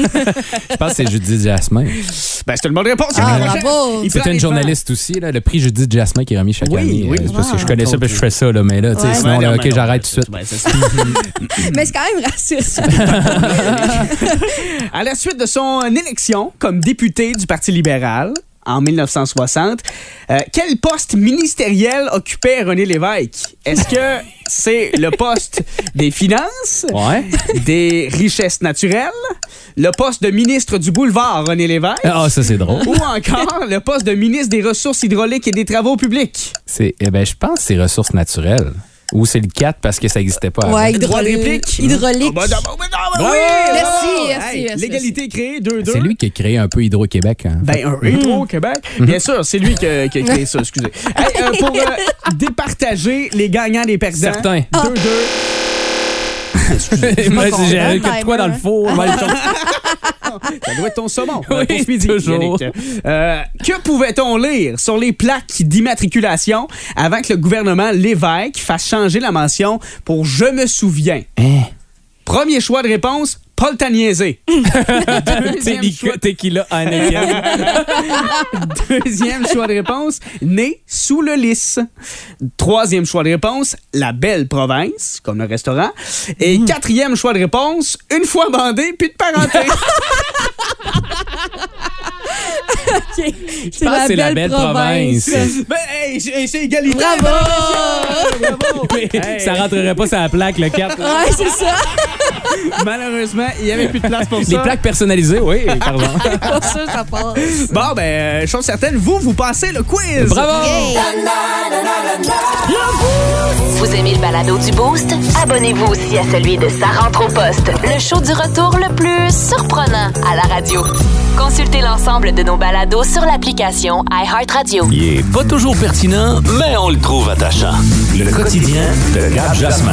Je pense que c'est Judith Jasmin. Ben, c'est une bonne réponse. Ah, bravo. C'était une journaliste femmes. aussi, là, le prix Judith Jasmin qui est remis chaque oui, année. Oui, c'est parce que je connais ça, puis je fais ça, là, mais là, ouais. sinon, ouais, là, OK, j'arrête tout de suite. Ben, c'est ça. Mais c'est quand même raciste. À la suite de son élection comme député du Parti libéral, en mille neuf cent soixante, euh, quel poste ministériel occupait René Lévesque? Est-ce que c'est le poste des Finances, ouais. des Richesses naturelles, le poste de ministre du boulevard René Lévesque? Ah, ça, c'est drôle. Ou encore le poste de ministre des Ressources hydrauliques et des Travaux publics? C'est, eh ben, je pense que c'est Ressources naturelles. Ou c'est le quatre parce que ça n'existait pas. Ouais, hydraulique. Hydraulique. Oh, ben, ben, ben, ben, oui, merci, oh, merci, hey, merci. L'égalité est créée, deux deux. C'est lui qui a créé un peu Hydro-Québec. Hein. Ben, un Hydro-Québec? Mm-hmm. Bien sûr, c'est lui qui a, qui a créé ça, excusez. Hey, euh, pour euh, départager les gagnants des perdants. Certain. deux deux. Excusez, moi, si j'ai quelque quoi dans le four. Ça doit être ton saumon. Oui, pour ce midi, toujours. Euh, que pouvait-on lire sur les plaques d'immatriculation avant que le gouvernement Lévesque fasse changer la mention pour « Je me souviens hein? ». Premier choix de réponse, Paul t'a niaisé. Deuxième choix... Tequila Heineken. Deuxième choix de réponse, né sous le lys. Troisième choix de réponse, la belle province, comme le restaurant. Et mmh. quatrième choix de réponse, une fois bandé, puis de parenté. Okay. Je pense que c'est la belle province. province. Ben, hey, c'est, c'est égalité. Bravo! Bravo. Hey. Ça rentrerait pas sur la plaque, le quatre. Ouais, c'est ça. Malheureusement, il n'y avait plus de place pour ça. Les plaques personnalisées, oui, pardon. Pas ça, ça passe. Bon, ben, chose certaine, vous, vous passez le quiz. Bravo! Yeah. Vous aimez le balado du Boost? Abonnez-vous aussi à celui de Sa rentre au poste, le show du retour le plus surprenant à la radio. Consultez l'ensemble de nos balados sur l'application iHeartRadio. Il est pas toujours pertinent, mais on le trouve attachant. Le quotidien de Gab Jasmin.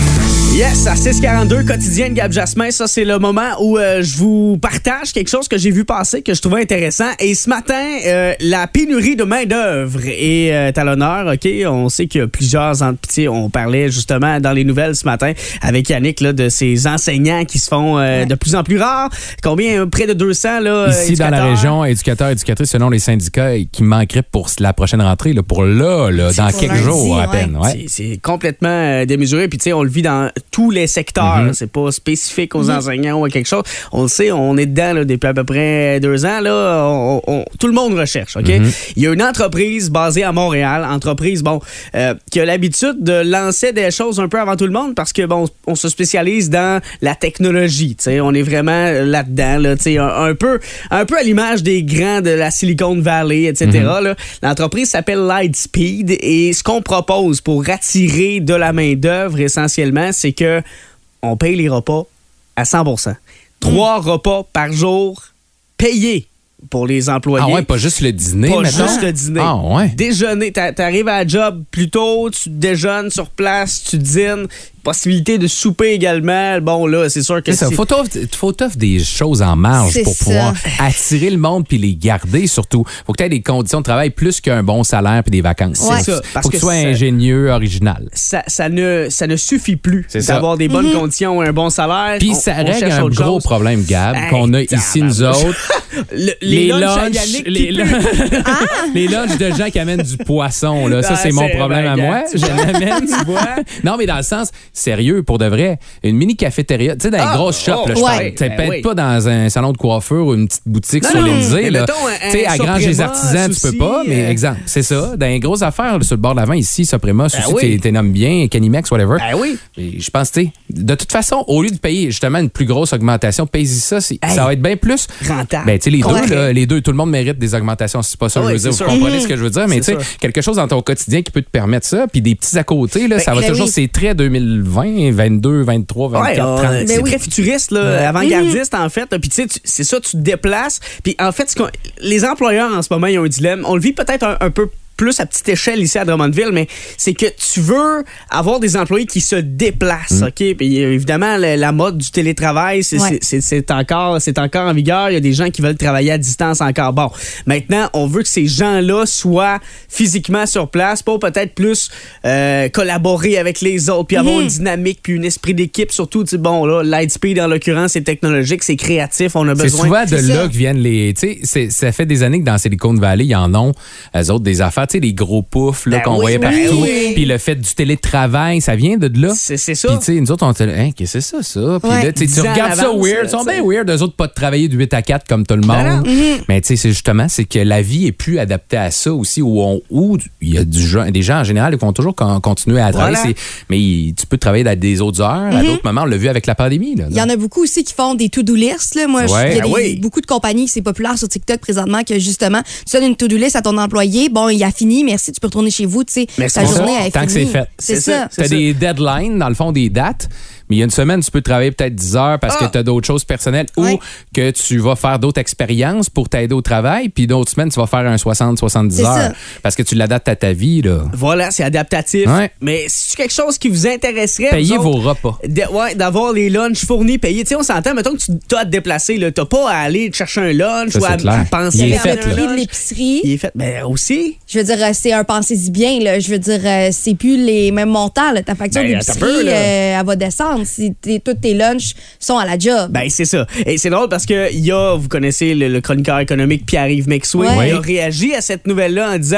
Yes, à six quarante-deux, quotidien de Gab Jasmin. Ça, c'est le moment où euh, je vous partage quelque chose que j'ai vu passer, que je trouvais intéressant. Et ce matin, euh, la pénurie de main-d'œuvre est euh, à l'honneur. OK? On sait qu'il y a plusieurs entités. On parlait justement dans les nouvelles ce matin avec Yannick là, de ces enseignants qui se font euh, ouais. de plus en plus rares. Combien? Près de deux cents, là. Ici, éducateurs. Dans la région, éducateurs, éducatrices, selon les syndicats, qui manqueraient pour la prochaine rentrée, là, pour là, là dans quelques lundi, jours à peine. Ouais. C'est, c'est complètement euh, démesuré. Puis, tu sais, on le vit dans tous les secteurs. Mm-hmm. C'est pas spécifique aux mm-hmm. enseignants ou à quelque chose. On le sait, on est dedans là, depuis à peu près deux ans. Là, on, on, tout le monde recherche. OK? Mm-hmm. Il y a une entreprise basée à Montréal, entreprise bon, euh, qui a l'habitude de lancer des choses un peu avant tout le monde parce que bon, on se spécialise dans la technologie. T'sais, on est vraiment là-dedans. Là, un, un, peu, un peu à l'image des grands de la Silicon Valley, et cetera. Mm-hmm. Là. L'entreprise s'appelle Lightspeed et ce qu'on propose pour attirer de la main-d'œuvre essentiellement, c'est que on paye les repas à cent pour cent. Trois mmh. repas par jour payés pour les employés. Ah ouais, pas juste le dîner, Pas maintenant? juste le dîner. Ah ouais. Déjeuner. T'a, t'arrives à la job plus tôt, tu déjeunes sur place, tu dînes. Possibilité de souper également. Bon, là, c'est sûr que c'est... c'est... Faut t'offrir, faut t'offrir des choses en marge c'est pour ça. pouvoir attirer le monde puis les garder, surtout. Faut que tu aies des conditions de travail plus qu'un bon salaire puis des vacances. Ouais. C'est ça. Faut Parce que tu sois ça, ingénieux, original. Ça, ça, ne, ça ne suffit plus c'est d'avoir ça. des bonnes mm-hmm. conditions et un bon salaire. Puis on, ça on règle un gros chose. problème, Gab, hey, qu'on a ici, nous autres. le, les, les lunchs, les, lunchs ah! les lunchs de gens qui amènent du poisson. Là. Ça, ah, c'est, c'est mon problème à moi. Je l'amène, tu vois. Non, mais dans le sens, sérieux, pour de vrai, une mini cafétéria, tu sais, dans les ah, grosses shops, oh, là, je ouais. parle. Ben peut-être oui. pas dans un salon de coiffure ou une petite boutique non, sur l'Élysée. Tu sais, à Grange des Artisans, tu peux pas, mais exemple, c'est ça. Dans les grosses affaires, là, sur le bord de l'avant, ici, Suprema, ben oui. tu nommes bien, Canimex, whatever. Ben oui. Et je pense, tu sais, de toute façon, au lieu de payer justement une plus grosse augmentation, paye-y ça, c'est, hey, ça va être bien plus rentable. Ben, tu sais, les deux, là, les deux, tout le monde mérite des augmentations. C'est pas ça que oui, je veux dire. Vous comprenez mmh. ce que je veux dire, mais tu sais, quelque chose dans ton quotidien qui peut te permettre ça, puis des petits à côté, là, ben, ça va ben toujours, oui. c'est très deux mille vingt, vingt-deux, vingt-trois, vingt-quatre. Ouais, euh, c'est oui. très futuriste, là, ouais. avant-gardiste, mmh. en fait. Puis, tu sais, c'est ça, tu te déplaces. Puis, en fait, ce les employeurs, en ce moment, ils ont un dilemme. On le vit peut-être un, un peu plus à petite échelle ici à Drummondville, mais c'est que tu veux avoir des employés qui se déplacent, mmh. OK? Puis évidemment, la, la mode du télétravail, c'est, ouais. c'est, c'est, c'est, encore, c'est encore en vigueur. Il y a des gens qui veulent travailler à distance encore. Bon, maintenant, on veut que ces gens-là soient physiquement sur place pour peut-être plus euh, collaborer avec les autres, puis mmh. avoir une dynamique, puis un esprit d'équipe. Surtout, tu sais, bon, là, Lightspeed, en l'occurrence, c'est technologique, c'est créatif, on a besoin... C'est souvent de c'est là ça. que viennent les... Tu sais, ça fait des années que dans Silicon Valley, ils en ont, eux autres, des affaires, tu sais, les gros poufs là, ben qu'on oui, voyait partout. Ben oui. Puis le fait du télétravail, ça vient de là. C'est, c'est ça. Puis, tu sais, nous autres, on était là, hein, qu'est-ce que c'est ça, ça? Puis ouais. là, tu regardes ça weird. Ils sont bien weird, eux autres, pas de travailler de huit à quatre comme tout le monde. Mm-hmm. Mais, tu sais, c'est justement, c'est que la vie est plus adaptée à ça aussi, où on, où il y a du gens, des gens en général qui vont toujours continuer à travailler. Voilà. Mais tu peux travailler à des autres heures, mm-hmm. à d'autres moments. On l'a vu avec la pandémie. Là, il y en a beaucoup aussi qui font des to-do lists. Là. Moi, ouais. il y a des, oui. beaucoup de compagnies, c'est populaire sur TikTok présentement, que justement, tu donnes une to-do list à ton employé. Bon, il a fini, merci, tu peux retourner chez vous, tu sais, ta journée est finie. Tant que c'est fait. C'est, c'est ça. Tu as des deadlines, dans le fond, des dates. Mais il y a une semaine, tu peux travailler peut-être dix heures parce ah. que tu as d'autres choses personnelles ouais. ou que tu vas faire d'autres expériences pour t'aider au travail. Puis d'autres semaines, tu vas faire un soixante soixante-dix heures ça. Parce que tu l'adaptes à ta vie. Là. Voilà, c'est adaptatif. Ouais. Mais c'est quelque chose qui vous intéresserait? Payer vous vos autres, repas. De, ouais, d'avoir les lunchs fournis, payés. Tu sais, on s'entend, mettons que tu as à te déplacer. Tu n'as pas à aller chercher un lunch ça, ou à, à penser il est à fait, le prix de l'épicerie. Il est fait. Ben aussi. Je veux dire, c'est un pensez-y bien. Là. Je veux dire, c'est plus les mêmes montants. Là. Ta facture ben, d'épicerie, peu, euh, elle va descendre. Si t'es tout tes lunchs sont à la job. Ben, c'est ça. Et c'est drôle parce que il y a, vous connaissez le, le chroniqueur économique Pierre-Yves Mexoué, ouais. il a réagi à cette nouvelle-là en disant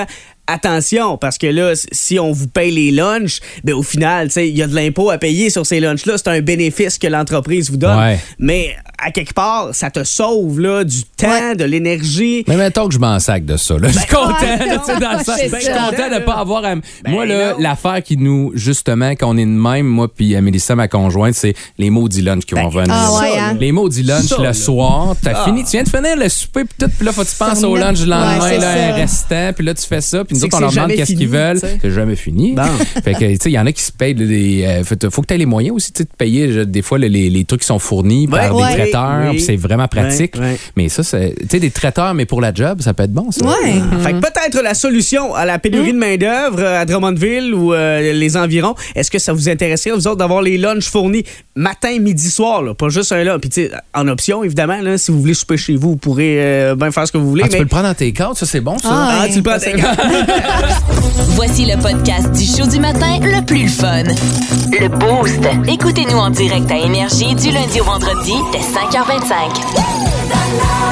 attention, parce que là, si on vous paye les lunchs, ben au final, il y a de l'impôt à payer sur ces lunchs-là. C'est un bénéfice que l'entreprise vous donne. Ouais. Mais à quelque part, ça te sauve là, du temps, ouais. de l'énergie. Mais mettons que je m'en sac de ça. Là. Ben, je suis content. Ah, dans ça. Je suis content de ne pas avoir à... Ben moi, là, l'affaire qui nous, justement, quand on est de même, moi puis Mélissa, ma conjointe, c'est les maudits lunchs qui ben, vont venir. Ah, ouais, hein? Les maudits lunchs ça, le là. soir. T'as ah. fini, tu viens de finir le souper, puis tout, puis là, faut que tu penses au lunch le lendemain, ouais, là, un restant, puis là, tu fais ça, puis nous autres, on leur demande qu'est-ce qu'ils veulent. C'est jamais fini. Bon. Fait que, tu sais, il y en a qui se payent des. Euh, faut que tu aies les moyens aussi, tu sais, de payer des fois les, les trucs qui sont fournis ouais, par ouais, des traiteurs, oui. c'est vraiment pratique. Ouais, ouais. Mais ça, tu sais, des traiteurs, mais pour la job, ça peut être bon, ça. Ouais. Mm-hmm. Fait que peut-être la solution à la pénurie mm-hmm. de main-d'œuvre à Drummondville ou euh, les environs, est-ce que ça vous intéresserait, vous autres, d'avoir les lunchs fournis matin, midi, soir, là, pas juste un là. Puis, tu sais, en option, évidemment, là, si vous voulez souper chez vous, vous pourrez euh, bien faire ce que vous voulez. Ah, mais... tu peux le prendre dans tes cartes, ça, c'est bon, ça. Ah, ah tu le prends dans tes cartes. Voici le podcast du show du matin le plus le fun. Le Boost. Écoutez-nous en direct à Énergie du lundi au vendredi dès cinq heures vingt-cinq.